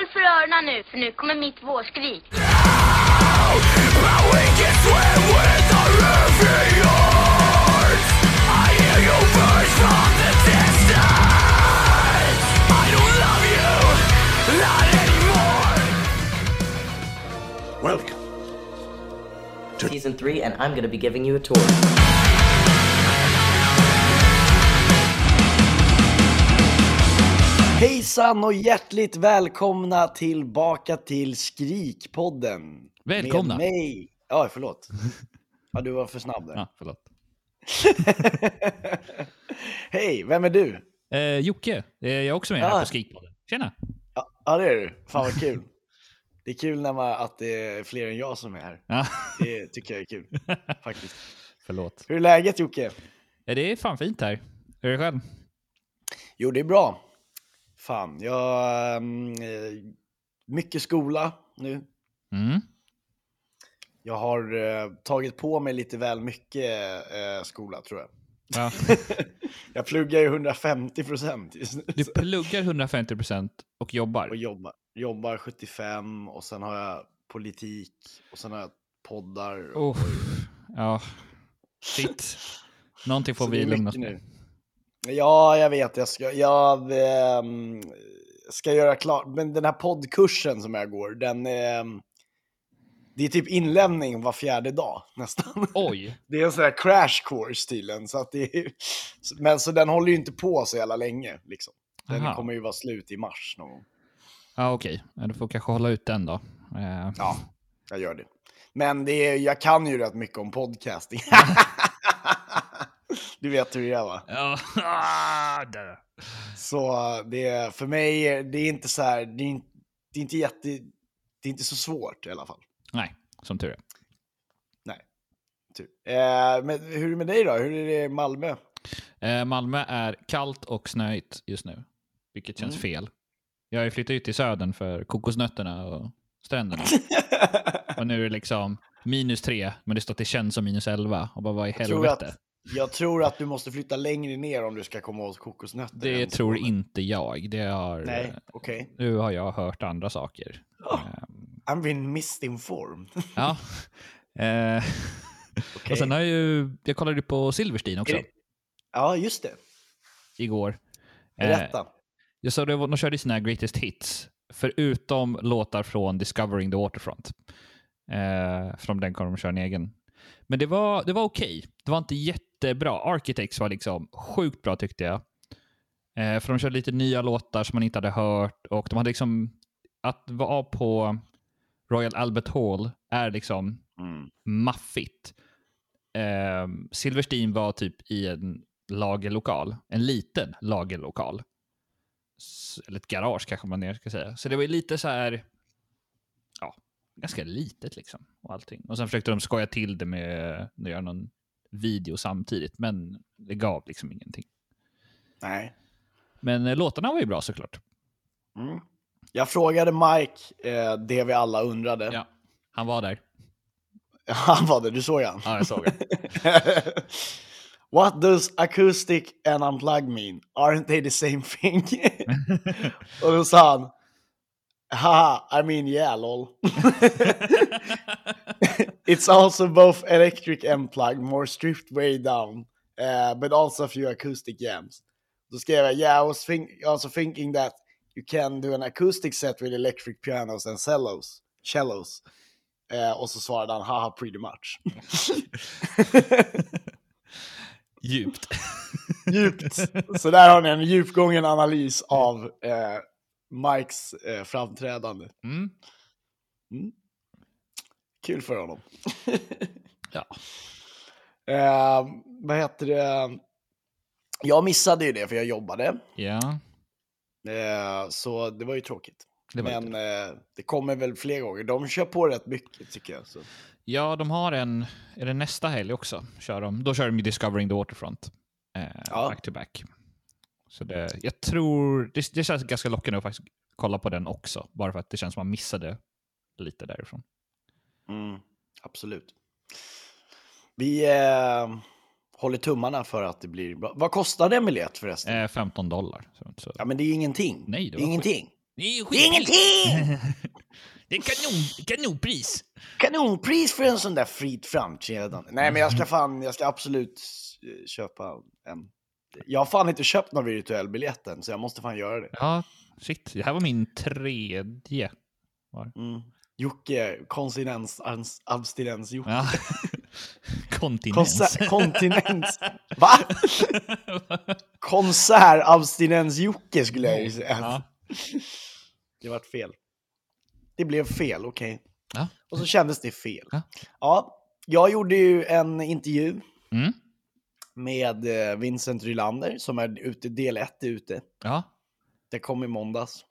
Håll för öronen nu, för nu kommer mitt vårskrik. Welcome to Season 3, and I'm gonna be giving you a tour. Hejsan och hjärtligt välkomna tillbaka till Skrikpodden. Välkomna. Med mig. Ja, förlåt. Ja, du var för snabb där. Ja, förlåt. Hej, vem är du? Jocke, jag är också med här på Skrikpodden. Tjena. Ja, det är du. Fan vad kul. Det är kul att det är fler än jag som är här. Ja. Det tycker jag är kul, faktiskt. Förlåt. Hur är läget, Jocke? Ja, det är fan fint här. Hur är det själv? Jo, det är bra. Fan, jag mycket skola nu. Mm. Jag har tagit på mig lite väl mycket skola, tror jag. Ja. Jag pluggar ju 150% just nu. Du pluggar 150% och jobbar? Och jobbar 75, och sen har jag politik, och sen har jag poddar. Och... Ja, shit. Någonting får vi lugna oss med. Ja, jag vet. Jag ska göra klart. Men den här poddkursen som jag går, det är typ inlämning var 4:e dag nästan. Oj. Det är en sån här crash course tydligen. Så att men så den håller ju inte på så jävla länge. Liksom. Den kommer ju vara slut i mars någon gång. Ja, okej. Du får kanske hålla ut den då. Ja, jag gör det. Men jag kan ju rätt mycket om podcasting. Du vet hur det är, va? Ja. Så för mig, det är inte så här, det är inte så svårt i alla fall. Nej, som tur är. Nej, tur. Men hur är det med dig då? Hur är det i Malmö? Malmö är kallt och snöigt just nu, vilket känns fel. Jag har ju flyttat ut till södern för kokosnötterna och stränderna. Och nu är det liksom -3, men det står att det känns som -11. Och bara, vad i helvete? Jag tror att du måste flytta längre ner om du ska komma åt kokosnötter. Det tror inte jag. Nej, okej. Nu har jag hört andra saker. I'm been misinformed. Ja. Okay. Och sen har jag kollade på Silverstein också. Ja, just det. Igår. Berätta. Jag såg att de körde sina greatest hits. Förutom låtar från Discovering the Waterfront. Från den kommer de köra en egen. Men det var okej. Det var inte jättebra. Architects var liksom sjukt bra, tyckte jag. För de körde lite nya låtar som man inte hade hört. Och de hade liksom... Att vara på Royal Albert Hall är liksom maffigt. Silverstein var typ i en lagerlokal. En liten lagerlokal. Eller ett garage kanske man ska säga. Så det var lite så här... Ja, ganska litet liksom. Och allting. Och sen försökte de skoja till det med att göra någon video samtidigt. Men det gav liksom ingenting. Nej. Men låtarna var ju bra såklart. Mm. Jag frågade Mike det vi alla undrade. Ja, han var där. Han var där, du såg han? Ja, jag såg han. What does acoustic and unplugged mean? Aren't they the same thing? Och då sa han, haha, I mean yeah, lol. It's also both electric and plugged, more stripped way down, but also a few acoustic jams. Då skrev jag, yeah, I was also thinking that you can do an acoustic set with electric pianos and cellos. Och så svarade han, haha, pretty much. Djupt. Så där har ni en djupgången analys av Mikes framträdande. Kul för honom. Ja. Vad heter det? Jag missade ju det för jag jobbade. Ja. Så det var ju tråkigt. Men det kommer väl fler gånger. De kör på rätt mycket, tycker jag. Så. Ja, de har är det nästa helg också? Då kör de Discovering the Waterfront. Back to back. Så jag tror... Det känns ganska lockande att faktiskt kolla på den också. Bara för att det känns som man missade lite därifrån. Absolut. Vi håller tummarna för att det blir bra. Vad kostar det en biljett förresten? $15. Så. Ja, men det är ingenting. Nej, det är ingenting. Det är Det är ingenting! Det är kanonpris. Kanonpris för en sån där fritt framträdande. Nej, men jag ska absolut köpa en. Jag har fan inte köpt någon virtuell biljett än, så jag måste fan göra det. Ja, shit. Det här var min 3:e. Jocke, abstinens Jocke. Ja. Kontinens. Kontinens. Va? Konsertabstinens Jocke skulle jag ju säga. Ja. Det vart fel. Det blev fel, okej. Ja. Och så kändes det fel. Ja. Ja, jag gjorde ju en intervju Mm. med Vincent Rylander som är ute, del 1 är ute. Ja. Det kom i måndags.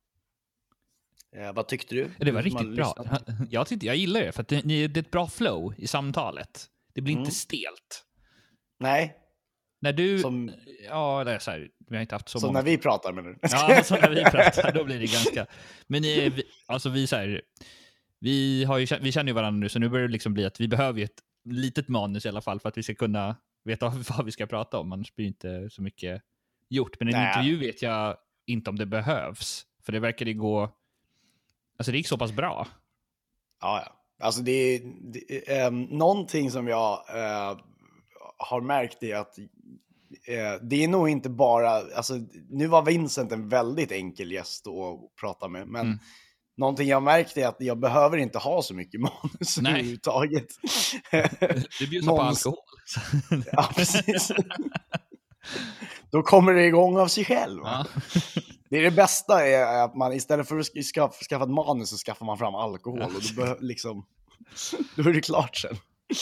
Vad tyckte du? Det var Du som har riktigt bra. lyssnat. Jag gillar det, för att det är ett bra flow i samtalet. Det blir inte stelt. Nej, När du... som, Ja, det är så här. Vi har inte haft så som många... när vi pratar med nu. Ja, som när vi pratar, då blir det ganska... Men vi så här... Vi känner ju varandra nu, så nu börjar det liksom bli att vi behöver ju ett litet manus i alla fall för att vi ska kunna veta vad vi ska prata om. Annars blir det inte så mycket gjort. Men en intervju vet jag inte om det behövs. För det verkar det gå... Alltså det gick så pass bra. Ja. Alltså det är någonting som jag har märkt är att det är nog inte bara... Alltså, nu var Vincent en väldigt enkel gäst att prata med, men någonting jag märkt är att jag behöver inte ha så mycket manus överhuvudtaget. Det bjuds på alkohol. Ja, precis. Då kommer det igång av sig själv. Ja. Det är det bästa är att man istället för att skaffa ett manus så skaffar man fram alkohol och då liksom då är det klart sen.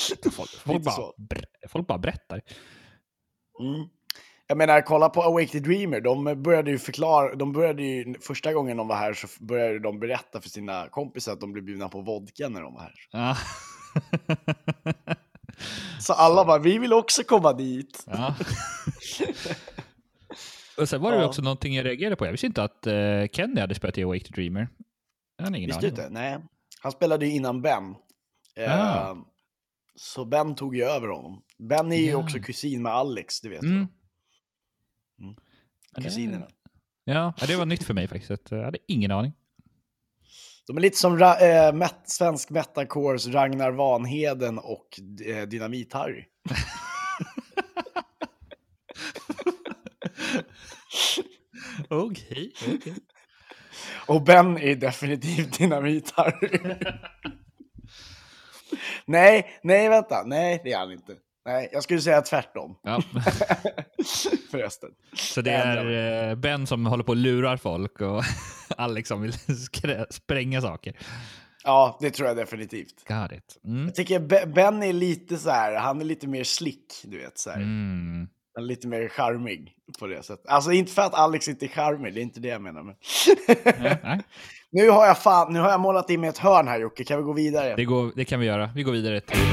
Folk bara berättar. Jag menar, kolla på Awake the Dreamer. De började ju första gången de var här så började de berätta för sina kompisar att de blev bjudna på vodka när de var här. Ja. Så alla bara, vi vill också komma dit. Ja. Och sen var det också någonting jag reagerade på. Jag visste inte att Kenny hade spelat i Awake the Dreamer. Jag har ingen aning. Nej. Han spelade ju innan Ben. Så Ben tog ju över honom. Ben är ju också kusin med Alex, du vet. Kusinerna. Ja, det var nytt för mig faktiskt. Jag hade ingen aning. De är lite som svensk metalcores Ragnar Vanheden och Dynamit-Harry. Okej. Och Ben är definitivt Dynamit-Harry. Nej, vänta. Nej, det är han inte. Nej, jag skulle säga tvärtom. Ja. Förresten. Så det är Ben som håller på och lurar folk och Alex som vill spränga saker. Ja, det tror jag definitivt. Got it. Jag tycker Ben är lite så här, han är lite mer slick, du vet så här. Han är lite mer charmig på det sättet. Alltså inte för att Alex inte är charmig, det är inte det jag menar. Men Nej. Nu har jag målat in med ett hörn här, Jocke. Kan vi gå vidare? Det kan vi göra. Vi går vidare till...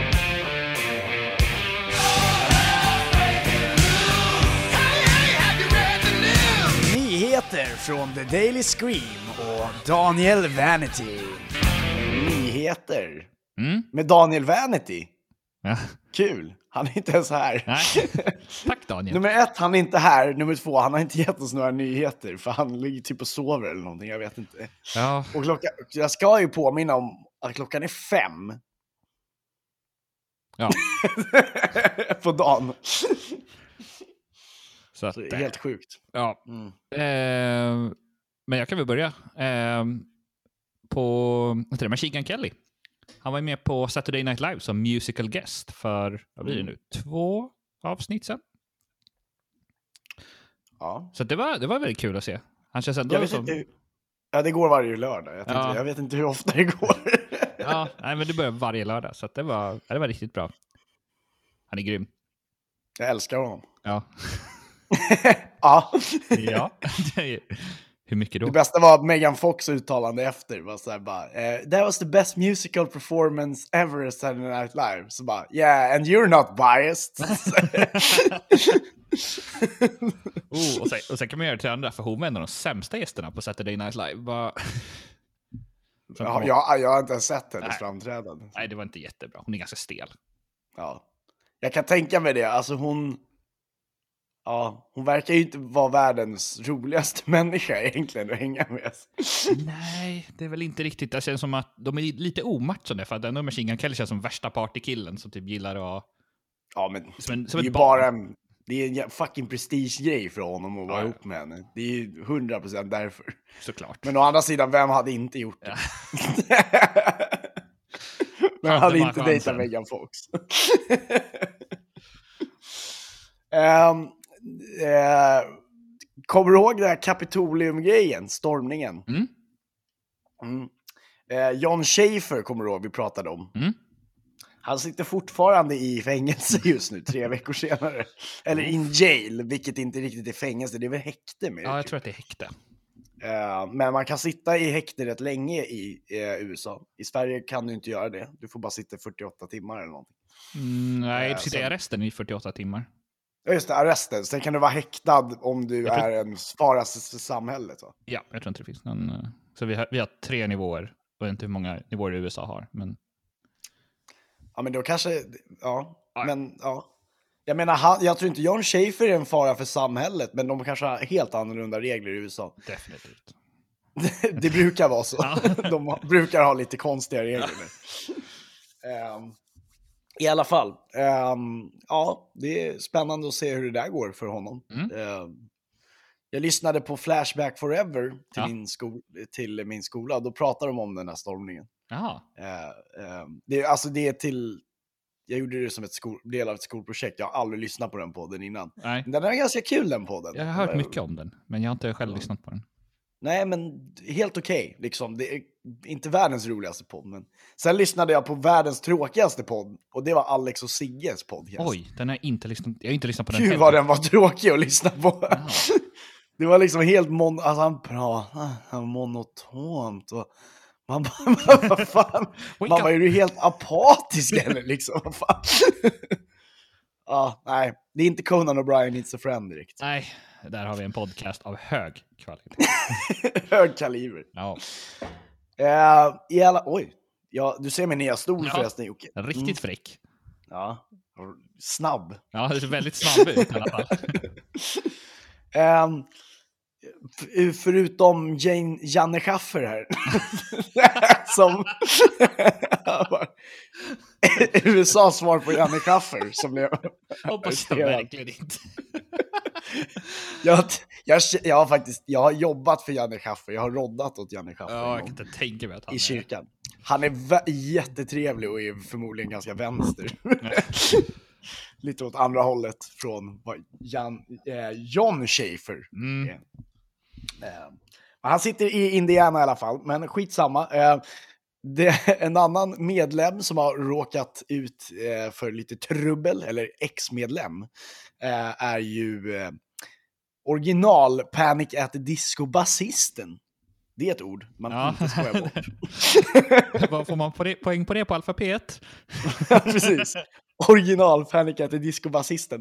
Nyheter från The Daily Scream och Daniel Vanity. Nyheter med Daniel Vanity. Ja. Kul. Han är inte ens här. Nej. Tack Daniel. Nummer 1, han är inte här. Nummer 2, han har inte gett oss några nyheter. För han ligger typ och sover eller någonting. Jag vet inte. Ja. Och jag ska ju påminna om att klockan är 5. Ja. På dagen. Så det är helt sjukt. Ja. Men jag kan väl börja. På Machine Gun Kelly. Han var med på Saturday Night Live som musical guest för, vad blir det nu, 2 avsnitt sen. Ja. Så det var väldigt kul att se. Han känns ändå som... Ja, det går varje lördag. Jag vet inte hur ofta det går. Ja, nej, men det börjar varje lördag. Så det var riktigt bra. Han är grym. Jag älskar honom. Ja. Ja. Ja. Hur mycket då? Det bästa var Megan Fox uttalande efter. Var så här bara, that was the best musical performance ever at Saturday Night Live. Så bara, yeah, and you're not biased. Och sen kan man göra det till andra, för hon var en av de sämsta gästerna på Saturday Night Live. Jag har inte sett hennes framträdande. Nej, det var inte jättebra. Hon är ganska stel. Ja. Jag kan tänka mig det. Alltså Ja, hon verkar ju inte vara världens roligaste människa egentligen att hänga med. Nej, det är väl inte riktigt. Det känns som att de är lite omatchande, för att den Machine Gun Kelly känns som värsta partykillen som typ gillar att... Ja, men som det är ju ett barn. bara det är en fucking prestigegrej för honom att vara ihop med henne. Det är ju 100% därför. Såklart. Men å andra sidan, vem hade inte gjort det? Ja. Vem hade man inte chansen? dejtat Megan Fox? Kommer du ihåg den här Kapitolium-grejen? Stormningen? John Schaefer, kommer du ihåg, vi pratade om. Han sitter fortfarande i fängelse just nu, 3 veckor senare. Eller in jail, vilket inte riktigt är fängelse. Det är väl häkte med. Ja, jag tror att det är häkte. Men man kan sitta i häkte rätt länge i USA. I Sverige kan du inte göra det. Du får bara sitta 48 timmar eller någonting. Nej, du sitter i arresten i 48 timmar. Ja, just det, arresten. Sen kan du vara häktad om du är en fara för samhället. Va? Ja, jag tror inte det finns någon... Så vi har 3 nivåer. Jag vet inte hur många nivåer USA har, men... Ja, men då kanske... Ja, men ja. Jag menar, jag tror inte John Schaefer är en fara för samhället, men de kanske har helt annorlunda regler i USA. Definitivt. Det brukar vara så. De brukar ha lite konstiga regler. I alla fall. Ja, det är spännande att se hur det där går för honom. Jag lyssnade på Flashback Forever till min skola. Då pratar de om den här stormningen. Det är till... Jag gjorde det som del av ett skolprojekt. Jag har aldrig lyssnat på den podden innan. Nej. Den är ganska kul, den podden. Jag har hört mycket om den, men jag har inte själv lyssnat på den. Nej, men helt okej. Liksom. Det är inte världens roligaste podd. Men... Sen lyssnade jag på världens tråkigaste podd. Och det var Alex och Sigges podcast. Oj, jag har inte lyssnat på den. Gud vad den var tråkig att lyssna på. Det var liksom helt alltså han pratade monotont och man bara, vad fan? Man var ju helt apatisk eller liksom. Vad fan? Nej, det är inte Conan O'Brien It's a Friend direkt. Nej, där har vi en podcast av hög kvalitet. Hög kaliber. Ja. Oj, du ser min nya stol förresten, Jocke. Riktigt fräck. Ja, snabb. Ja, det är väldigt snabb ut i alla fall. Förutom Janne Schaffer här. Som USAs svar på Janne Schaffer som blev hoppas jag verkligen inte. jag har jobbat för Janne Schaffer. Jag har roddat åt Janne Schaffer. Ja, jag kan inte tänka mig att han i kyrkan. Han är jättetrevlig och är förmodligen ganska vänster. Lite åt andra hållet från John Schaefer. Han sitter i Indiana i alla fall, men skitsamma. Det är en annan medlem som har råkat ut för lite trubbel, eller ex-medlem, är ju original Panic at the Disco-basisten. Det är ett ord man inte skojar bort. Vad får man poäng på det på alfabet? Ja, precis. Original Panic at the Disco-basisten.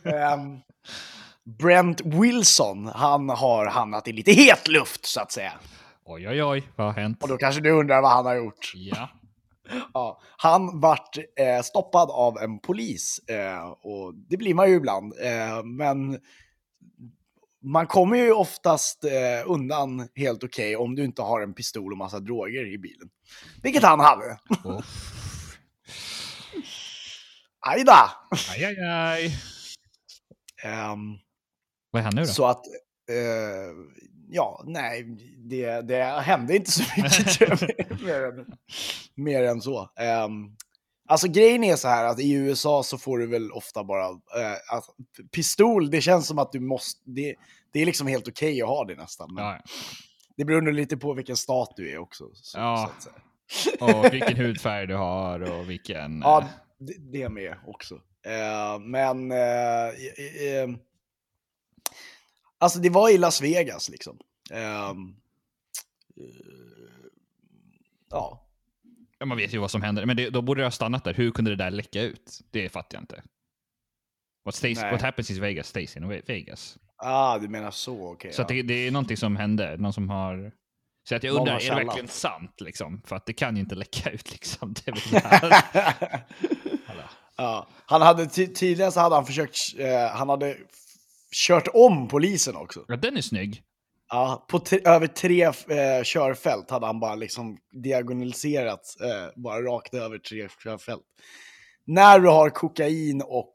Brent Wilson, han har hamnat i lite het luft så att säga. Oj, vad har hänt? Och då kanske du undrar vad han har gjort. Ja. Ja, han vart stoppad av en polis. Och det blir man ju ibland. Men man kommer ju oftast undan helt okej om du inte har en pistol och massa droger i bilen. Vilket han hade. Ajda! Aj. Vad är han nu då? Så att, det hände inte så mycket tror jag, mer än så. Alltså grejen är så här att i USA så får du väl ofta bara pistol, det känns som att du måste, det är liksom helt okej att ha det nästan. Men det beror nog lite på vilken stat du är också. Så att säga. Och vilken hudfärg du har och vilken... Ja, det med också. Alltså det var i Las Vegas liksom. Ja, man vet ju vad som händer. Men då borde jag ha stannat där. Hur kunde det där läcka ut? Det fattar jag inte. What happens in Vegas stays in Vegas. Du menar så, okej. Så att det är någonting som hände. Någon som har... Så att jag undrar, är det verkligen sant liksom? För att det kan ju inte läcka ut liksom. Det Ja, han hade tidigare så hade han försökt, han hade kört om polisen också. Ja, den är snygg. Ja, på över 3 körfält hade han bara liksom diagonaliserat bara rakt över 3 körfält. När du har kokain och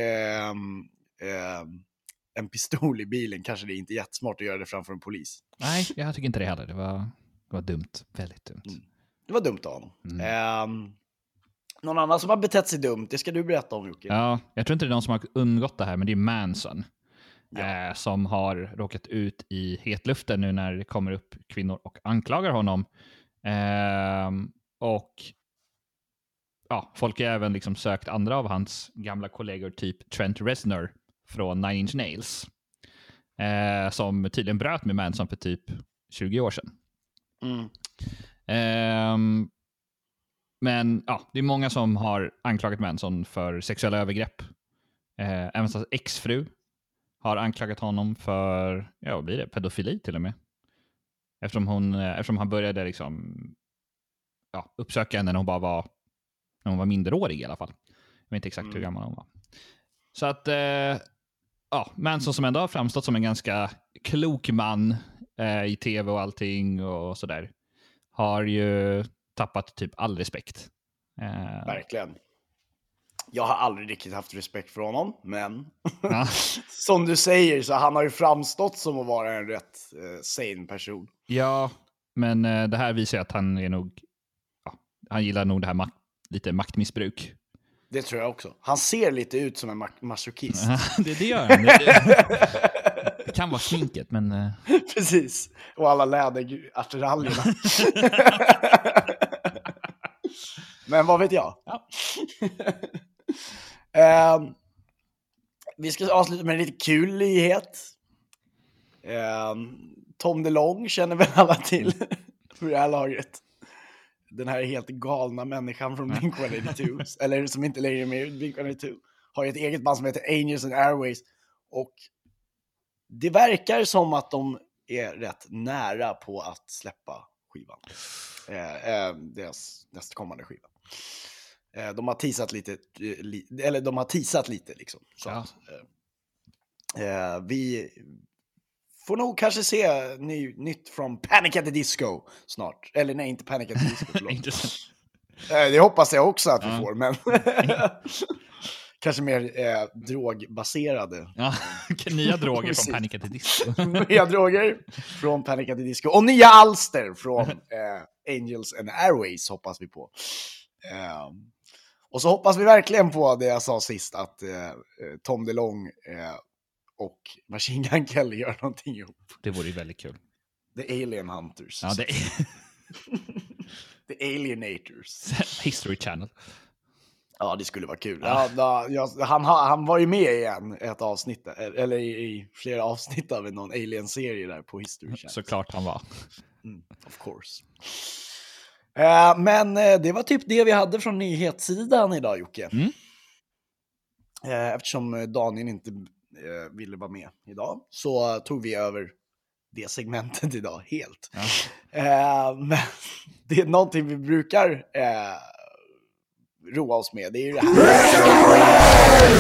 en pistol i bilen kanske det är inte jättesmart att göra det framför en polis. Nej, jag tycker inte det heller. Det var dumt. Väldigt dumt. Det var dumt av honom. Någon annan som har betett sig dumt, det ska du berätta om, Jocke. Ja, jag tror inte det är någon som har undgått det här, men det är Manson. Som har råkat ut i hetluften nu när det kommer upp kvinnor och anklagar honom. Och ja, folk har även liksom sökt andra av hans gamla kollegor, typ Trent Reznor från Nine Inch Nails. Som tydligen bröt med Manson för typ 20 år sedan. Men ja, det är många som har anklagat Manson för sexuella övergrepp. Även hans exfru har anklagat honom för, ja, vad blir det? Pedofili till och med. Eftersom han började liksom, ja, uppsöka henne när hon var minderårig i alla fall. Jag vet inte exakt hur gammal hon var. Så att, ja, Manson som ändå har framstått som en ganska klok man i tv och allting och sådär, har ju tappat typ all respekt. Verkligen. Jag har aldrig riktigt haft respekt för honom, men Ja. som du säger så han har ju framstått som att vara en rätt sane person. Ja, men det här visar att han är nog, ja, han gillar nog det här lite maktmissbruk. Det tror jag också. Han ser lite ut som en masochist. det gör han. Det kan vara sminket, men... Precis. Och alla läderattiraljerna. Men vad vet jag? Ja. Vi ska avsluta med en lite kul nyhet. Tom DeLonge känner väl alla till för det här laget. Den här helt galna människan från Blink-182, eller som inte längre är med i Blink-182, har ju ett eget band som heter Angels and Airways. Och det verkar som att de är rätt nära på att släppa skivan. Deras nästkommande skiva. De har teasat lite liksom. Så Ja. att, vi får nog kanske se nytt från Panic at the Disco snart. Eller nej, inte Panic at the Disco, förlåt. Det hoppas jag också att vi får, men kanske mer drogbaserade. Ja, nya droger från Panic at the Disco. Nya droger från Panic at the Disco. Och nya alster från Angels and Airways hoppas vi på. Och så hoppas vi verkligen på det jag sa sist, att Tom DeLonge och Machine Gun Kelly gör någonting ihop. Det vore ju väldigt kul. The Alien Hunters. Ja, det är... The Alienators. History Channel. Ja, det skulle vara kul. Han var ju med i ett avsnitt, eller i flera avsnitt av någon Alien-serie där på History Channel. Såklart han var. Of course. Men det var typ det vi hade från nyhetssidan idag, Jocke. Eftersom Daniel inte ville vara med idag så tog vi över det segmentet idag helt. Ja. Men det är någonting vi brukar roa oss med. Det är ju det här.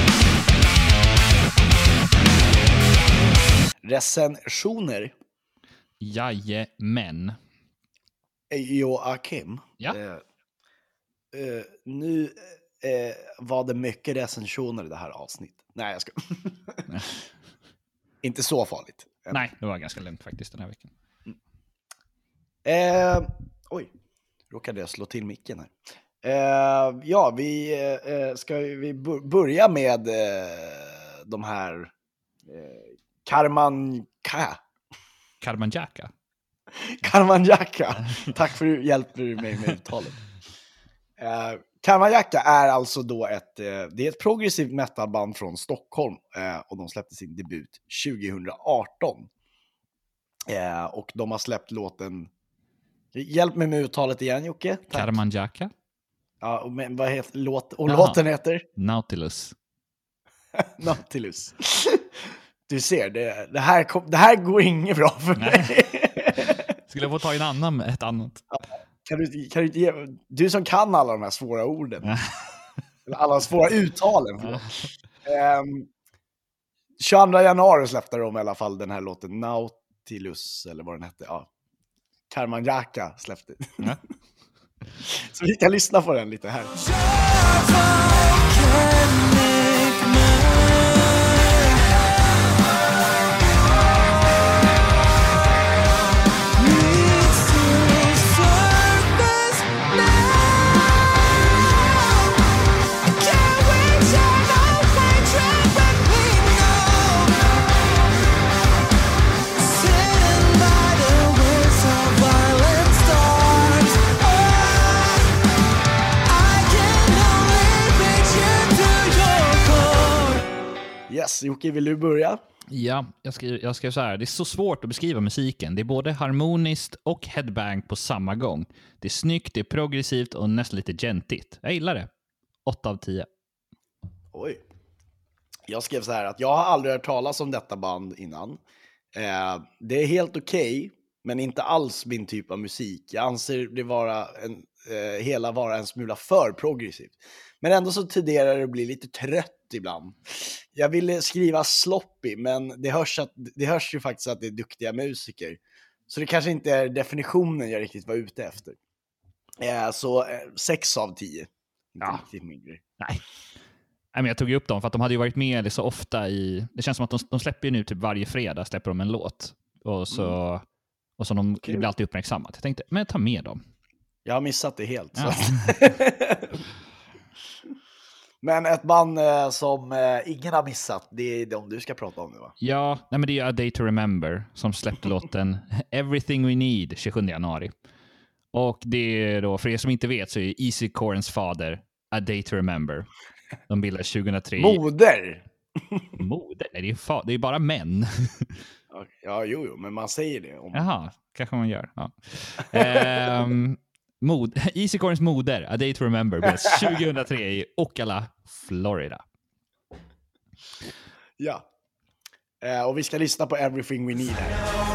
Recensioner. Jajamän. Joakim. Ja. Nu var det mycket recensioner i det här avsnittet. Nej, jag ska... Inte så farligt. Nej, det var ganska lugnt faktiskt den här veckan. Oj, råkade jag slå till micken här. Ja, ska vi börja med de här Karmanjaka. Tack för att du hjälpte mig med uttalet. Karmanjaka är alltså då det är ett progressivt metalband från Stockholm, och de släppte sin debut 2018. Och de har släppt låten, hjälp mig med uttalet igen, Jocke. Tack. Karmanjaka. Ja, men vad heter låten heter? Nautilus. Nautilus. Du ser, det här går inget bra för mig. Skulle jag få ta ett annat? Kan du ge, du som kan alla de här svåra orden. Alla svåra uttalen. 22 januari släppte de i alla fall den här låten Nautilus, eller vad den hette. Ja. Karmanjaka släppte. Ja. Så vi kan lyssna på den lite här. Yes, Jocke, vill du börja? Ja, jag skrev så här. Det är så svårt att beskriva musiken. Det är både harmoniskt och headbang på samma gång. Det är snyggt, det är progressivt och nästan lite gentigt. Jag gillar det. 8 av 10. Oj. Jag skrev så här att jag har aldrig hört talas om detta band innan. Det är helt okej, men inte alls min typ av musik. Jag anser det vara vara en smula för progressivt. Men ändå så tenderar det att bli lite trött ibland. Jag ville skriva sloppy, men det hörs ju faktiskt att det är duktiga musiker. Så det kanske inte är definitionen jag riktigt var ute efter. Så 6 av 10. Ja. Riktigt mindre. Nej, men jag tog ju upp dem för att de hade ju varit med så ofta i... Det känns som att de släpper ju nu typ varje fredag släpper de en låt. Och så det blir alltid uppmärksammat. Jag tänkte, men ta med dem. Jag har missat det helt. Ja. Men ett band som ingen har missat, det är de du ska prata om nu, va? Ja, nej, men det är A Day to Remember som släppte låten Everything We Need 27 januari. Och det är då, för er som inte vet, så är Easy Corens fader A Day to Remember. De bildades 2003. Moder! Moder? Nej, det är bara män. Ja, jo, men man säger det. Jaha, kanske man gör. Ja. Easy Corens moder, A Day to Remember, bildades 2003 i Ocala, Florida. Ja. Och vi ska lyssna på Everything We Need här.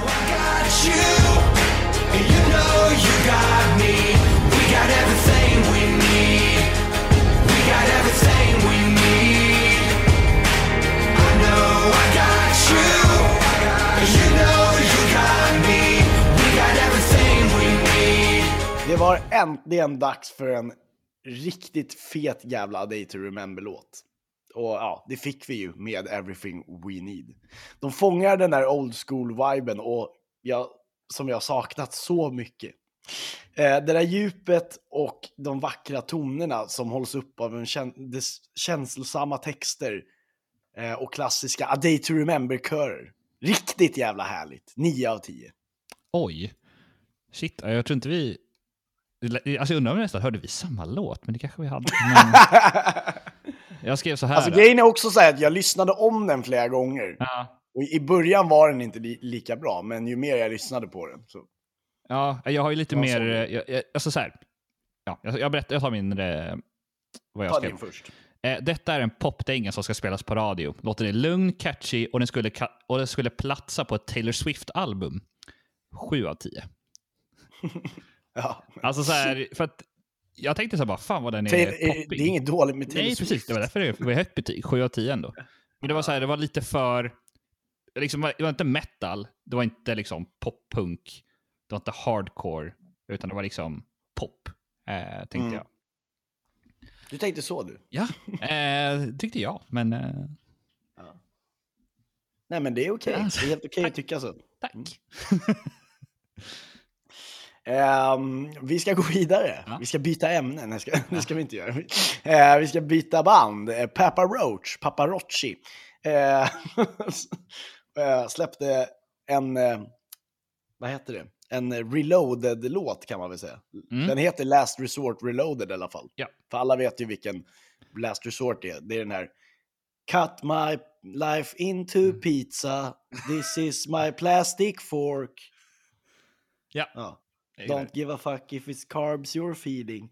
Det var äntligen dags för en riktigt fet jävla A Day to Remember-låt. Och ja, det fick vi ju med Everything We Need. De fångar den där old school-viben och som jag saknat så mycket. Det där djupet och de vackra tonerna som hålls upp av känslosamma texter och klassiska A Day to Remember-körer. Riktigt jävla härligt. 9 av 10. Oj. Shit, jag tror inte vi... Alltså jag undrar om nästan hörde vi samma låt, men det kanske vi hade. Men... Jag skrev så här. Alltså grejen är också så här att jag lyssnade om den flera gånger. Ja. Och i början var den inte lika bra, men ju mer jag lyssnade på den så... Ja, jag har ju lite mer... Alltså så här. Ja, jag tar min... vad jag Ta skrev. din först. Detta är en popdänga som ska spelas på radio. Låten är lugn, catchy och den skulle platsa på ett Taylor Swift-album. 7 av 10. Ja. Alltså så här, för att jag tänkte så här bara, fan vad den är poppig. Det är inget dåligt med Taylor Nej, Swift. precis. Det var därför det var högt betyg. 7 av 10 ändå. Men det var så här, det var lite för... Liksom, det var inte metal. Det var inte liksom pop-punk. Det var inte hardcore. Utan det var liksom pop, tänkte jag. Du tänkte så, du? Ja, tyckte jag. Men... Ja. Nej, men det är okej. Alltså, det är helt okej att tycka så. Tack. Vi ska gå vidare. Ja. Vi ska byta ämnen. Det ska vi inte göra. Vi ska byta band. Papa Roach släppte en vad heter det? En reloaded-låt kan man väl säga. Den heter Last Resort Reloaded i alla fall. Ja. För alla vet ju vilken Last Resort är. Det är den här Cut my life into pizza. This is my plastic fork. Ja. Don't give a fuck if it's carbs you're feeding.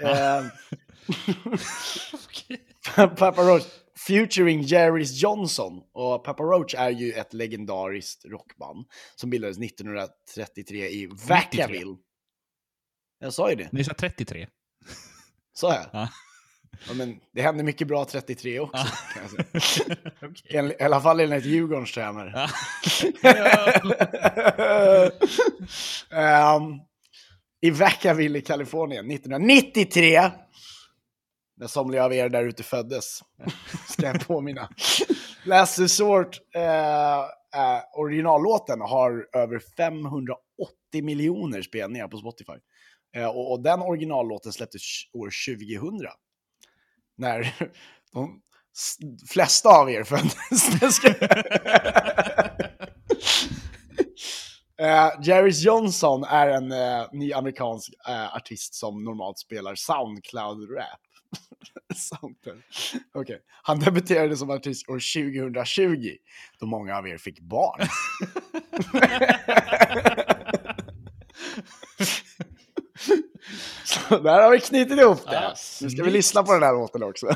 Papa Roach featuring Jerry's Johnson. Och Papa Roach är ju ett legendariskt rockband som bildades 1933 i Vacaville. Jag sa ju det. Ni sa 33. Sa jag? Ja. Ja, men det händer mycket bra 33 också, kan jag säga. Okay. I alla fall enligt Djurgårdens tränare. I Vacaville i Kalifornien 1993, när somliga av er där ute föddes, ska jag påminna. Last Resort, originallåten har över 580 miljoner spelningar på Spotify. Och den originallåten släpptes år 2000. När de flesta av er föddes. Jairus Johnson är en ny amerikansk artist som normalt spelar Soundcloud-rap. Okay. Han debuterade som artist år 2020, då många av er fick barn. Så där har vi knutit ihop det. Nu ska vi lyssna på den här låten också.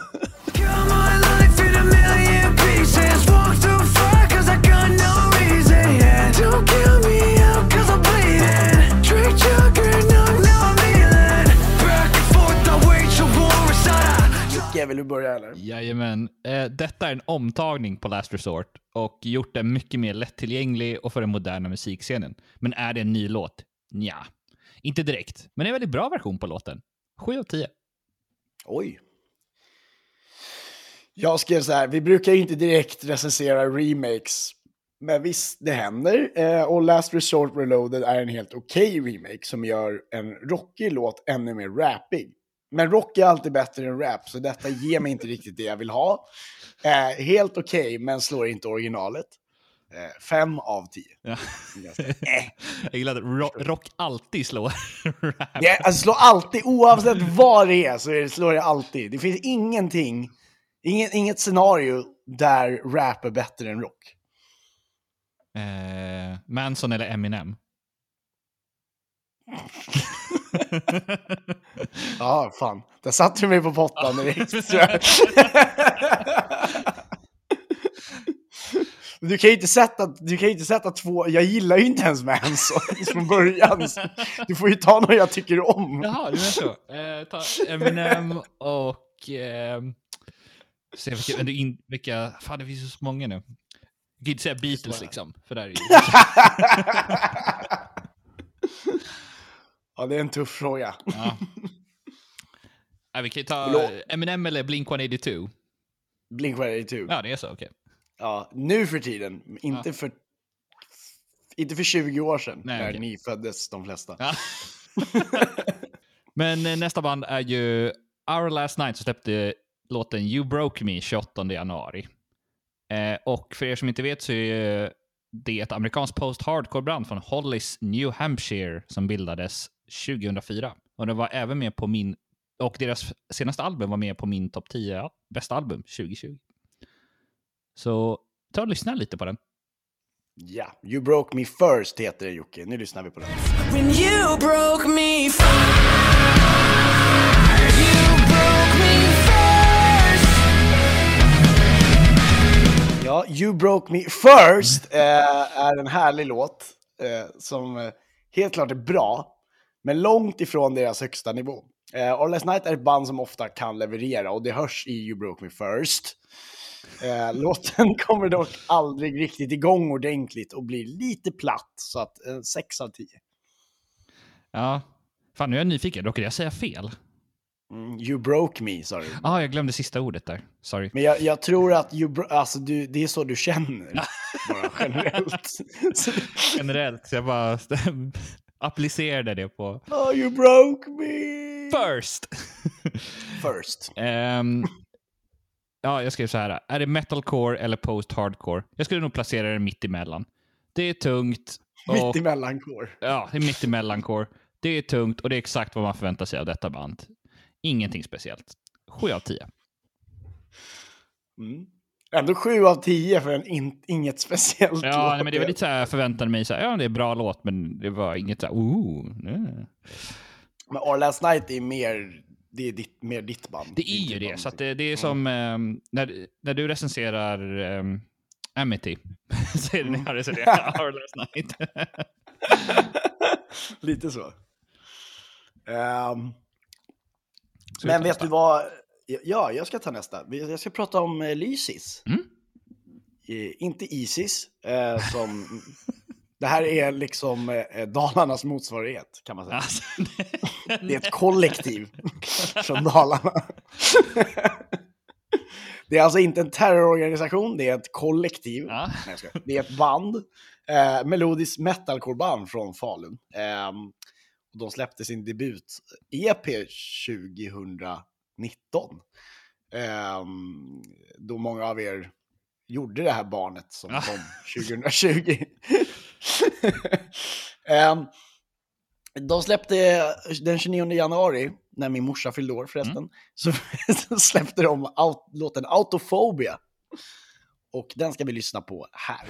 Vill du börja eller? Jajamän. Detta är en omtagning på Last Resort och gjort den mycket mer lättillgänglig och för den moderna musikscenen. Men är det en ny låt? Nja, inte direkt. Men det är en väldigt bra version på låten. 7 av 10. Oj. Jag skrev så här, vi brukar ju inte direkt recensera remakes, men visst, det händer. Och Last Resort Reloaded är en helt okej remake som gör en rockig låt ännu mer rappig. Men rock är alltid bättre än rap, så detta ger mig inte riktigt det jag vill ha. Helt okej, men slår inte originalet. 5 av 10. Ja. Jag gillar att rock alltid slår rap. Ja, alltså slår alltid, oavsett vad det är, så slår det alltid. Det finns inget scenario där rap är bättre än rock. Manson eller Eminem? Ja, fan. Där satt du mig på pottan direkt. Du kan ju inte sätta två. Jag gillar ju inte ens Manson från början. Du får ju ta något jag tycker om. Jaha, det är så. Ta Eminem och se vilka fan, det finns så många nu. Jag kan inte säga Beatles liksom, för där är ju ja, det är en tuff fråga. Ja. Ja, vi kan ju ta Eminem eller Blink-182. Blink-182. Ja, det är så, okej. Ja, nu för tiden. Inte för 20 år sedan. Nej, när ni föddes, de flesta. Ja. Men nästa band är ju Our Last Night, som släppte låten You Broke Me 28 januari. Och för er som inte vet så är det ett amerikanskt post-hardcore-band från Hollis, New Hampshire, som bildades 2004. Och det var även med på och deras senaste album var med på min topp 10 bästa album 2020. Så ta och lyssna lite på den. Ja, You Broke Me First heter det, Jocke. Nu lyssnar vi på den. When you broke me first, Ja, You Broke Me First är en härlig låt som helt klart är bra, men långt ifrån deras högsta nivå. All Last Night är ett band som ofta kan leverera, och det hörs i You Broke Me First. Låten kommer dock aldrig riktigt igång ordentligt och blir lite platt, så att 6 av 10. Ja, fan nu är jag nyfiken. Råkade jag säga fel? You broke me, sorry. Jag glömde sista ordet där. Sorry. Men jag tror att det är så du känner. Bara generellt. Generellt, så jag bara applicerade det på... Oh, you broke me! First! Ja, jag skrev så här. Är det metalcore eller post-hardcore? Jag skulle nog placera det mitt emellan. Det är tungt. Mitt emellan-core. Ja, det är mitt emellan-core. Det är tungt och det är exakt vad man förväntar sig av detta band. Ingenting speciellt. 7 av 10. Ändå 7 av 10 för inget speciellt. Ja, men det var lite så här, förväntade mig så här, ja, det är bra låt, men det var inget så här, nej. Men All Last Night är mer ditt band. Det är ju det, så att det är som när du recenserar Amity, så är det när jag recenserar Our Last Night. Lite så. Men vet du vad? Ja, jag ska ta nästa. Jag ska prata om Lysis. Inte Isis, som... Det här är liksom Dalarnas motsvarighet, kan man säga. Alltså, det är ett kollektiv från Dalarna. Det är alltså inte en terrororganisation, det är ett kollektiv. Ja. Nej, det är ett band. Melodisk metalcore-band från Falun. De släppte sin debut-EP 2019. Då många av er gjorde det här barnet som kom 2020. De släppte den 29 januari, när min morsa fyllde år förresten, så släppte de låten Autophobia. Och den ska vi lyssna på här.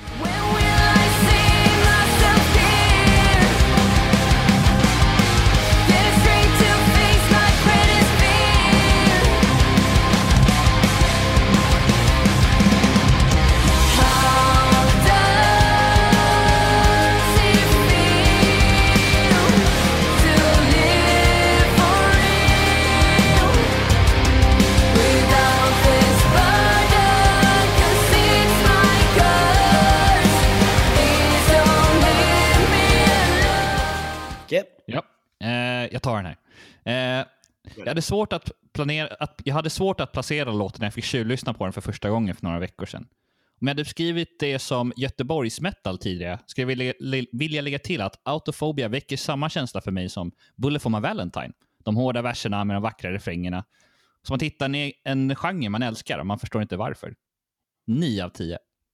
Ja, jag tar den här. Jag hade svårt att placera låten när jag fick tjuvlyssna på den för första gången för några veckor sedan. Om jag hade beskrivit det som Göteborgs metal tidigare skulle jag vilja lägga till att Autophobia väcker samma känsla för mig som Bullet for my Valentine. De hårda verserna med de vackra refrängerna. Som att hitta en genre man älskar och man förstår inte varför. 9 av 10.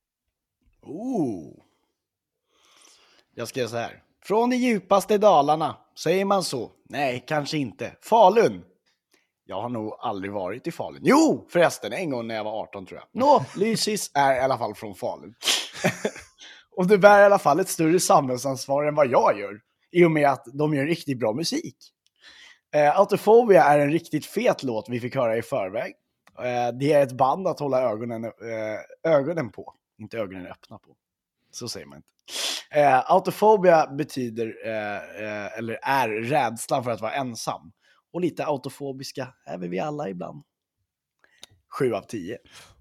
Jag ska göra så här. Från de djupaste Dalarna, säger man så? Nej, kanske inte. Falun. Jag har nog aldrig varit i Falun. Jo, förresten, en gång när jag var 18 tror jag. Lysis är i alla fall från Falun. Och det bär i alla fall ett större samhällsansvar än vad jag gör. I och med att de gör riktigt bra musik. Autophobia är en riktigt fet låt vi fick höra i förväg. Det är ett band att hålla ögonen på. Inte ögonen öppna på. Så säger man inte. Autophobia betyder eller är rädslan för att vara ensam. Och lite autofobiska är vi alla ibland. 7 av 10.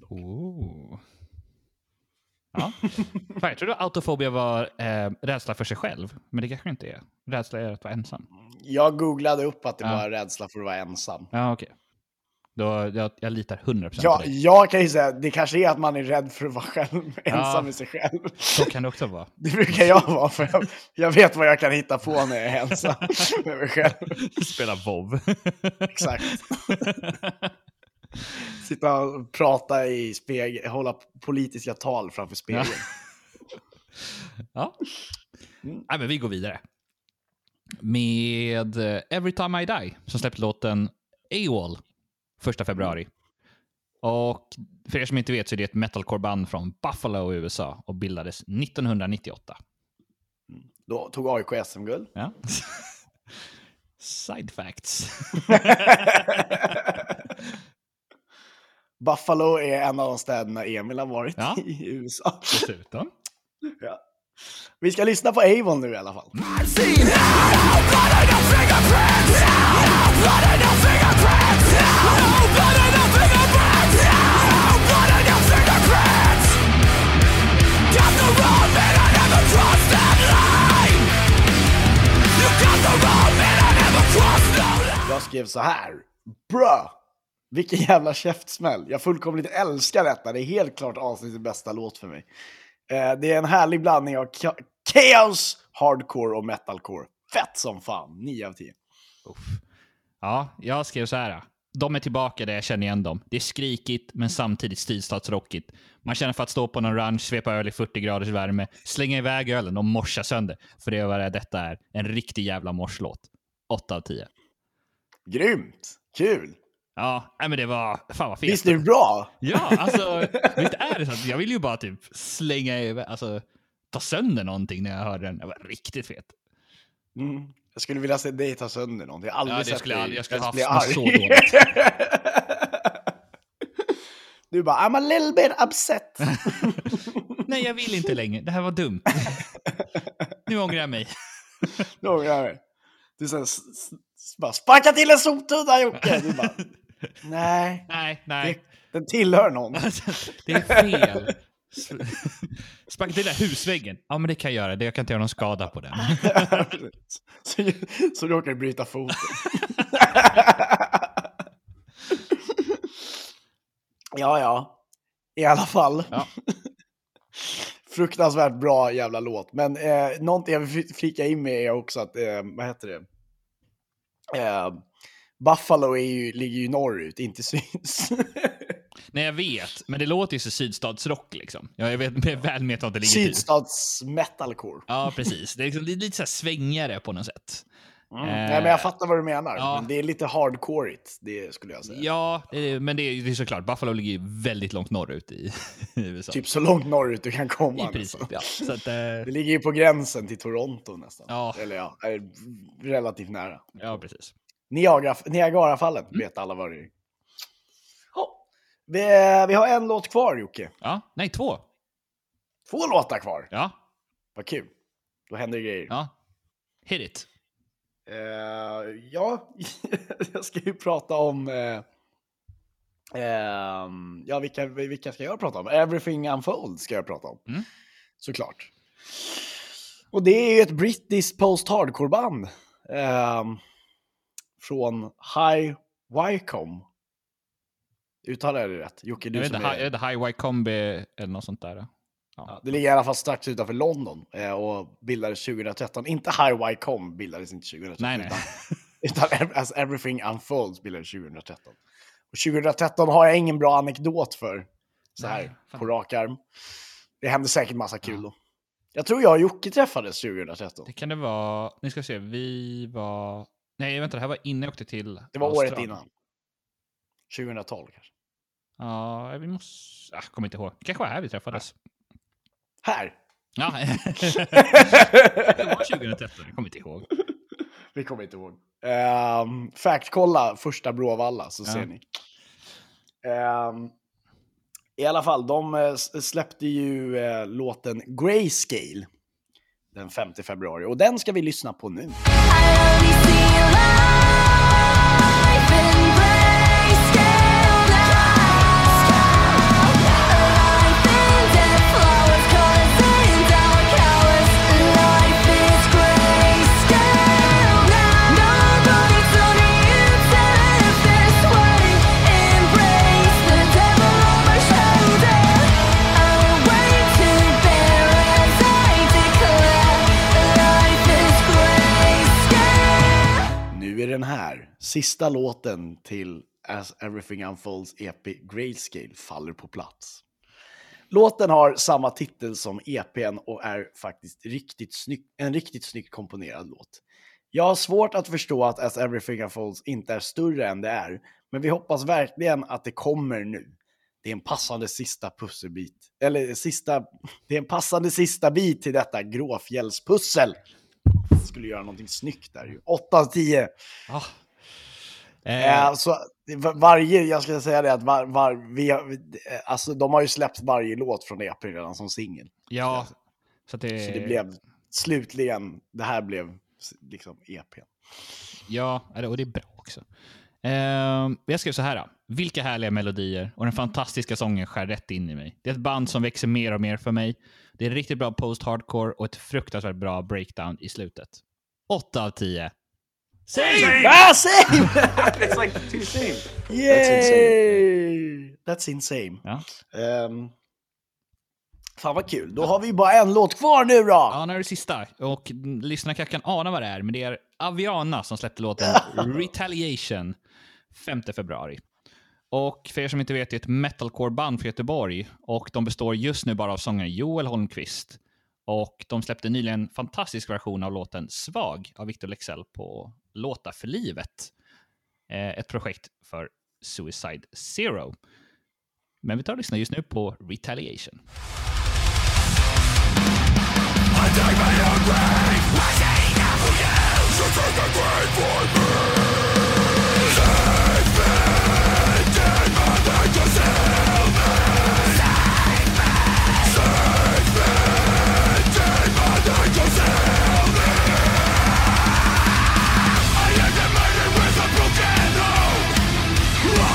Ja. Jag tror att autofobia var rädsla för sig själv. Men det kanske inte är. Rädsla är att vara ensam. Jag googlade upp att det var rädsla för att vara ensam. Ja, okej. Jag litar 100% ja, på dig. Jag kan ju säga det kanske är att man är rädd för att vara själv, ensam med sig själv. Så kan det också vara. Det brukar jag vara, för jag vet vad jag kan hitta på när jag är ensam med mig själv. Spela WoW. Exakt. Sitta och prata i spegel, hålla politiska tal framför spegeln. Ja. Nej, men vi går vidare. Med Every Time I Die som släppte låten AWOL 1 februari. Och för er som inte vet så är det ett metalcore-band från Buffalo i USA och bildades 1998. Då tog AIK SM-guld. Ja. Side facts. Buffalo är en av de städerna Emil har varit i USA. Dessutom. Ja. Vi ska lyssna på AWOL nu i alla fall. Jag skrev så här. Bra! Vilken jävla käftsmäll. Jag fullkomligt älskar detta. Det är helt klart avsnittets bästa låt för mig. Det är en härlig blandning av chaos, hardcore och metalcore. Fett som fan. 9 av 10. Ja, jag skrev så här. De är tillbaka där jag känner igen dem. Det är skrikigt men samtidigt stilstatsrockigt. Man känner för att stå på någon ranch, svepa öl i 40 graders värme, slänga iväg ölen och morsa sönder. För det är vad detta är. En riktig jävla morslåt. 8 av 10. Grymt. Kul. Ja, men det var fan vad fet. Visst är det bra? Ja, alltså visst är det så. Jag vill ju bara typ slänga iväg, alltså ta sönder någonting när jag hörde den. Det var riktigt fet. Jag skulle vilja se dig ta sönder någonting. Jag aldrig sett dig. Jag skulle ha haft så dåligt. Du bara, I'm a little bit upset. Nej, jag vill inte längre. Det här var dumt. Nu ångrar jag mig. Nu ångrar jag mig. Du säger bara, sparka till en soptunna, Jocke. Du bara, Nej. Nej. Den tillhör någon. Det är fel. Sparka till den där husväggen. Ja, men det kan jag göra. Jag kan inte göra någon skada på den. så råkar du bryta foten. Ja. I alla fall. Ja. Fruktansvärt bra jävla låt. Men någonting jag vill flika in med är också att, vad heter det? Buffalo ligger ju norrut, inte syns. Nej, jag vet. Men det låter ju så sydstatsrock liksom. Jag vet väl med att det ligger till. Sydstats metalcore. Ja, precis. Det är liksom lite så här svängare på något sätt. Nej, men jag fattar vad du menar. Ja. Men det är lite hardcoreigt, det skulle jag säga. Ja, men det är såklart. Buffalo ligger ju väldigt långt norrut i USA. Typ så långt norrut du kan komma. I princip, ja. Så att, det ligger ju på gränsen till Toronto nästan. Ja. Eller är relativt nära. Ja, precis. Niagarafallen vet alla vad det är. Vi har en låt kvar, Jocke. Ja, nej, 2. 2 låtar kvar. Ja. Vad kul. Då händer det grejer. Ja. Hit it. Ja, jag ska ju prata om... ja, vilka ska jag prata om? Everything Unfolds ska jag prata om. Såklart. Och det är ju ett brittiskt post-hardcore-band. Från High Wycombe. Uttalar jag det rätt? Jocke, du som är... Det High Wycombe eller något sånt där. Ja, det ligger i alla fall strax utanför London och bildades 2013. Inte High Wycombe bildades inte 2013. Nej. Utan As Everything Unfolds bildades 2013. Och 2013 har jag ingen bra anekdot för. Så här, på rak arm. Det hände säkert massa kul då. Jag tror jag och Jocke träffades 2013. Det kan det vara... Ni ska se, vi var... Nej, vänta, det här var innan jag åkte till Det var Australien. året innan. 2012 kanske. Ja, vi måste... Jag kommer inte ihåg. Kanske var här vi träffades. Här? Ja. Det var 2013, jag kommer inte ihåg. Vi kommer inte ihåg. Fact-kolla första Bråvalla så ser ni. I alla fall, de släppte ju låten Grayscale den 5 februari. Och den ska vi lyssna på nu. Den här sista låten till As Everything Unfolds EP Grayscale faller på plats. Låten har samma titel som EPn och är faktiskt en riktigt snyggt komponerad låt. Jag har svårt att förstå att As Everything Unfolds inte är större än det är, men vi hoppas verkligen att det kommer nu. Det är en passande sista pusselbit. Det är en passande sista bit till detta gråfjällspussel. Skulle göra någonting snyggt där ju. 8 av 10. Så jag ska säga det att alltså de har ju släppt varje låt från EP redan som singel. Ja. Så det blev slutligen, det här blev liksom EP. Ja, och det är bra också. Jag skrev så här. Vilka härliga melodier och den fantastiska sången skär rätt in i mig. Det är ett band som växer mer och mer för mig. Det är riktigt bra post-hardcore och ett fruktansvärt bra breakdown i slutet. 8 av 10. Same! Ah, same! It's like 2 same. Yay! That's insane. Ja. Fan vad kul. Då har vi bara en låt kvar nu då. Ja, nu är det sista. Och lyssnarna kanske kan ana vad det är. Men det är Aviana som släppte låten Retaliation 5 februari. Och för er som inte vet, det är ett metalcore-band för Göteborg. Och de består just nu bara av sångaren Joel Holmqvist. Och de släppte nyligen en fantastisk version av låten Svag av Victor Lexell på Låta för livet. Ett projekt för Suicide Zero. Men vi tar och lyssnar just nu på Retaliation. I am the man with a broken home.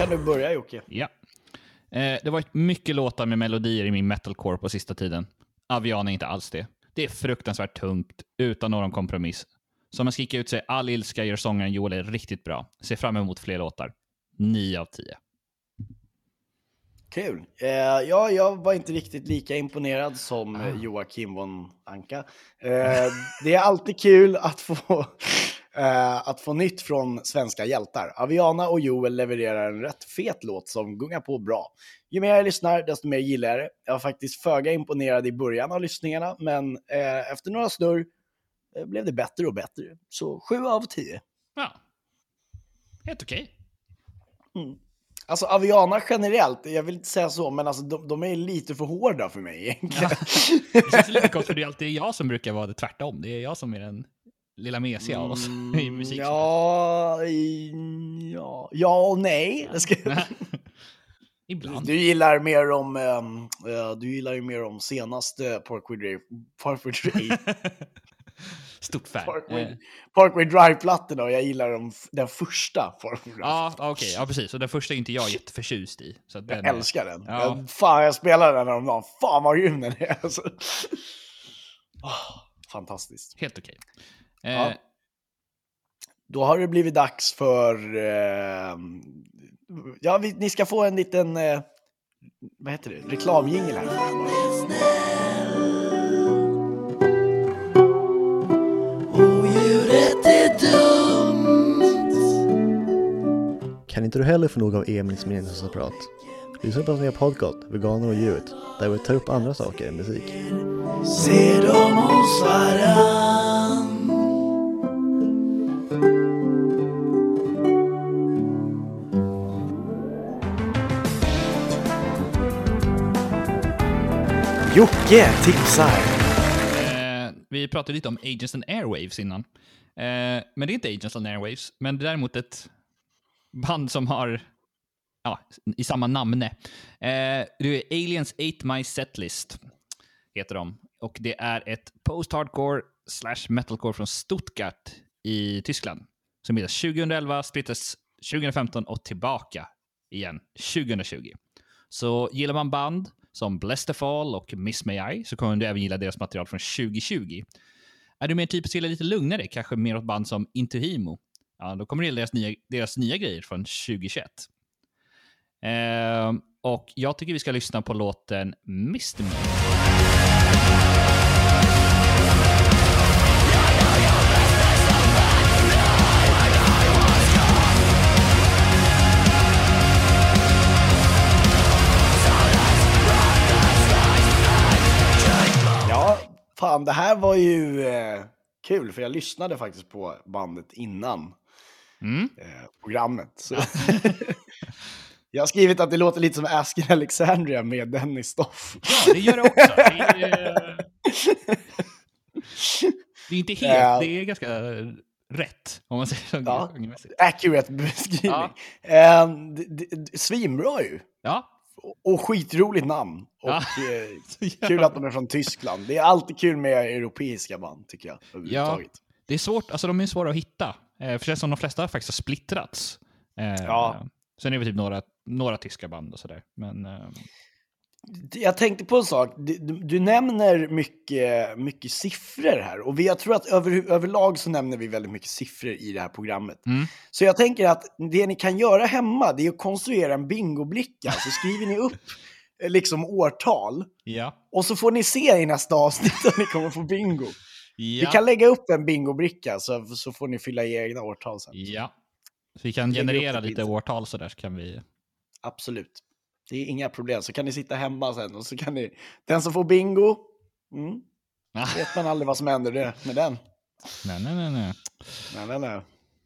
kan du börja, Jocke. Ja. Det har varit mycket låtar med melodier i min metalcore på sista tiden. Avian är inte alls det. Det är fruktansvärt tungt, utan någon kompromiss. Som man skriker ut sig, all ilska gör sångaren Joel är riktigt bra. Ser fram emot fler låtar. 9 av 10. Kul. Ja, jag var inte riktigt lika imponerad som Joakim von Anka. Det är alltid kul att få nytt från svenska hjältar. Aviana och Joel levererar en rätt fet låt som gungar på bra. Ju mer jag lyssnar, desto mer gillar jag det. Jag var faktiskt föga imponerad i början av lyssningarna, men efter några snurr blev det bättre och bättre. Så 7 av 10. Ja. Helt okej. Alltså Aviana generellt, jag vill inte säga så, men alltså, de är lite för hårda för mig egentligen. Det känns lite kort, för det är alltid jag som brukar vara det tvärtom. Det är jag som är den lilla mesiga av oss i musik. Ja och nej. Ibland. Du gillar ju mer om senaste Parkway Drive. Stort fan. Parkway Drive-plattorna, och jag gillar den första Parkway Drive. Ja, okej. Ja, precis. Och den första är inte jag jätteförtjust i. Så att jag älskar den. Ja. Jag spelade den om dagen. Fan vad grym den är. Alltså. Fantastiskt. Helt okej. Ja. Då har det blivit dags för... ni ska få en liten... vad heter det? Reklamjingel här. Kan inte du heller få nog av Emils meningslösa-prat? Lyssna på oss nya podcast, Veganer och djuret, där vi tar upp andra saker än musik. Se dem hos varann. Jocke tipsar. Vi pratade lite om Agents and Airwaves innan. Men det är inte Agents and Airwaves, men det är däremot ett band som har i samma namne. Det är Aliens Ate My Setlist heter de. Och det är ett post-hardcore / metalcore från Stuttgart i Tyskland. Som bildades 2011, splittades 2015 och tillbaka igen 2020. Så gillar man band som Bless the Fall och Miss May I, så kommer du även gilla deras material från 2020. Är du mer typiskt gillar lite lugnare, kanske mer åt band som Into Himo, ja, då kommer du gilla deras nya grejer från 2021. Och jag tycker vi ska lyssna på låten Mr. Me. Fan, det här var ju kul, för jag lyssnade faktiskt på bandet innan programmet. Så. Jag har skrivit att det låter lite som Ask Alexandria med Dennis Stoff. Ja, det gör det också. Det är inte helt, det är ganska rätt, om man säger så. Ja, accurate beskrivning. Ja. Svinbra ju. Ja. Och skitroligt namn. Och kul att de är från Tyskland. Det är alltid kul med europeiska band, tycker jag. Ja, det är svårt. Alltså de är svåra att hitta. För det är som de flesta faktiskt har splittrats. Sen är det typ några tyska band och sådär. Men... Jag tänkte på en sak. Du nämner mycket siffror här. Och jag tror att överlag så nämner vi väldigt mycket siffror i det här programmet. Så jag tänker att det ni kan göra hemma, det är att konstruera en bingobricka. Så skriver ni upp liksom årtal. Ja. Och så får ni se i nästa avsnitt att ni kommer få bingo. Ja. Vi kan lägga upp en bingobricka så får ni fylla i egna årtal sen. Ja. Så vi kan generera lite årtal så där, så kan vi... Absolut. Det är inga problem. Så kan ni sitta hemma sen och så kan ni... Den som får bingo, vet man aldrig vad som händer med den. Nej.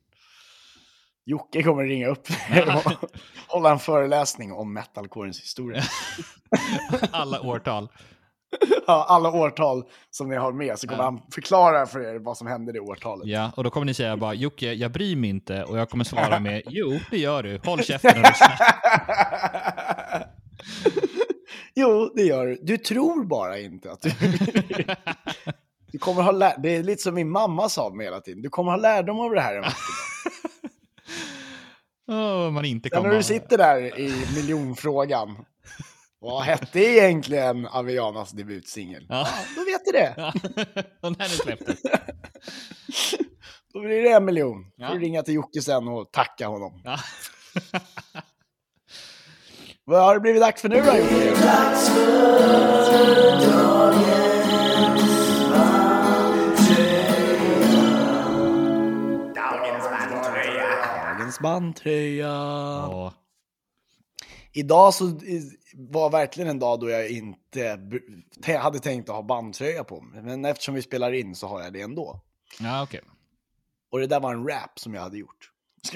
Jocke kommer ringa upp och hålla en föreläsning om metalcorens historia. Alla årtal. Ja, alla årtal som ni har med, så kommer han förklara för er vad som hände i det årtalet. Ja, och då kommer ni säga bara, Jocke, jag bryr mig inte. Och jag kommer svara med, jo, det gör du. Håll käften och lyssna. Jo, det gör du. Du tror bara inte att du kommer ha det är lite som min mamma sa mig hela tiden. Du kommer ha lärdom av det här. behöver man inte Sen komma... när du sitter där i miljonfrågan. Vad hette egentligen Aveanas debutsingel? Ja. Då vet du det. Ja, och när det släpptes. Då blir det 1 miljon. Ja. Får du ringa till Jocke sen och tacka honom. Ja. Vad har det blivit dags för nu då, Jocke? Dagens bandtröja. Ja. Idag så var verkligen en dag då jag inte hade tänkt att ha bandtröja på mig. Men eftersom vi spelar in så har jag det ändå. Ja, okej. Och det där var en rap som jag hade gjort.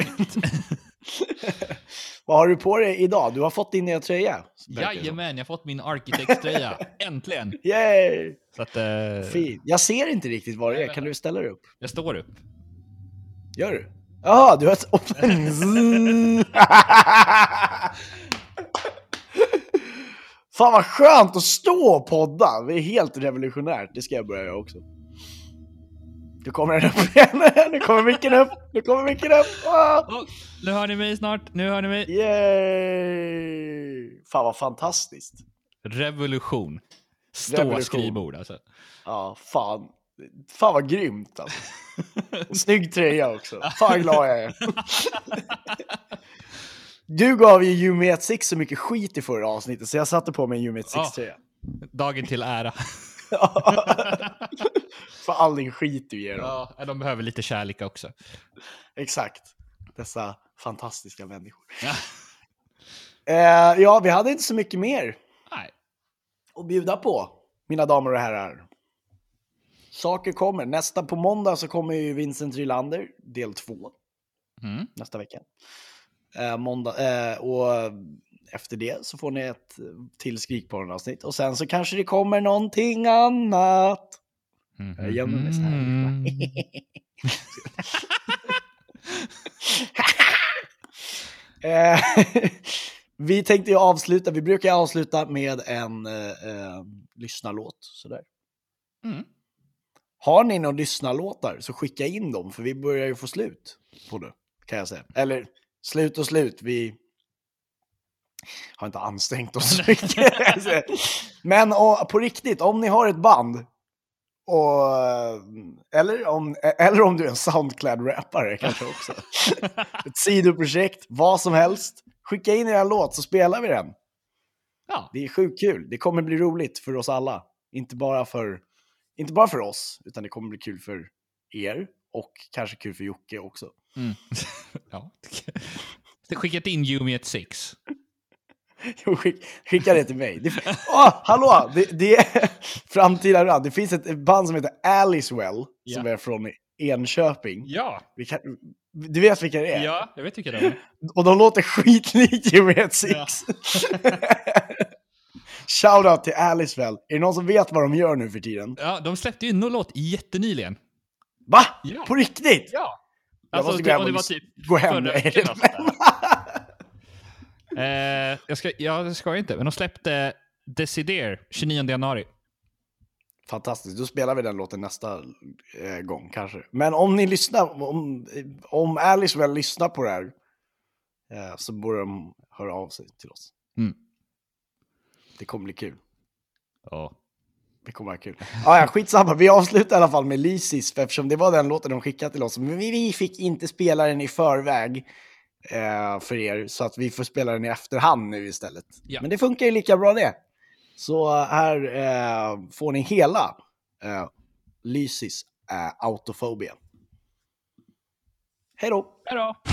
Vad har du på dig idag? Du har fått din nya tröja. Jajamän, jag har fått min Architect-tröja. Äntligen! Yay! Så att, Fint. Jag ser inte riktigt vad det är. Kan du ställa dig upp? jag står upp. Gör du? Jaha, du har ett... Fan vad skönt att stå och podda. Det är helt revolutionärt. Det ska jag börja göra också. Nu kommer den upp igen. Nu kommer micken upp. Nu kommer micken upp. Oh, nu hör ni mig snart. Nu hör ni mig. Yay! Fan vad fantastiskt. Revolution. Revolution. Skrivbord alltså. Ja, fan. Fan vad grymt alltså. Snygg tröja också. Fan glad jag är. Du gav ju Yumi 16 så mycket skit i förra avsnittet så jag satte på mig en Yumi 16 tröja. Dagen till ära. För all din skit du ger dem. Ja, de behöver lite kärlek också. Exakt. Dessa fantastiska människor. Ja. Ja, vi hade inte så mycket mer Nej. att bjuda på, mina damer och herrar. Saker kommer. Nästa på måndag så kommer ju Vincent Rylander, del 2. Nästa vecka. Måndag, och efter det så får ni ett till Skrikporren-avsnitt. Och sen så kanske det kommer någonting annat. Jag gömmer mig så här. Vi tänkte ju avsluta. Vi brukar avsluta med en lyssnarlåt. Sådär. Har ni några lyssnarlåtar så skicka in dem. För vi börjar ju få slut på det, kan jag säga. Eller slut och slut. Vi har inte ansträngt oss så mycket. Men på riktigt, om ni har ett band eller om du är en Soundcloud-rappare kanske också. Ett sidoprojekt, vad som helst. Skicka in er låt så spelar vi den. Ja. Det är sjukt kul. Det kommer bli roligt för oss alla. Inte bara för oss, utan det kommer bli kul för er och kanske kul för Jocke också. Ja. Skickat in Yumi 16. Skicka det till mig. Hallå! Det är framtida rand. Det finns ett band som heter Alicewell som är från Enköping. Ja. Du vet vilka det är? Ja, jag vet vilka det är. Och de låter skitlikt Yumi 16. Ja. Shoutout till Alicewell. Är det någon som vet vad de gör nu för tiden? Ja, de släppte ju en låt jättenyligen. Va? Ja. På riktigt? Ja. Alltså, det var typ gå hem. Jag ska inte, men de släppte Desider 29 januari. Fantastiskt, då spelar vi den låten nästa gång kanske. Men om ni lyssnar, om Alice väl lyssnar på det här så borde de höra av sig till oss. Det kommer bli kul. Ja. Det kommer vara kul. Ja, skitsamma. Vi avslutar i alla fall med Lysis, eftersom det var den låten de skickade till oss. Men vi fick inte spela den i förväg för er, så att vi får spela den i efterhand nu istället. Ja. Men det funkar ju lika bra det. Så här får ni hela Lysis Autophobia. Hej då! Hej då!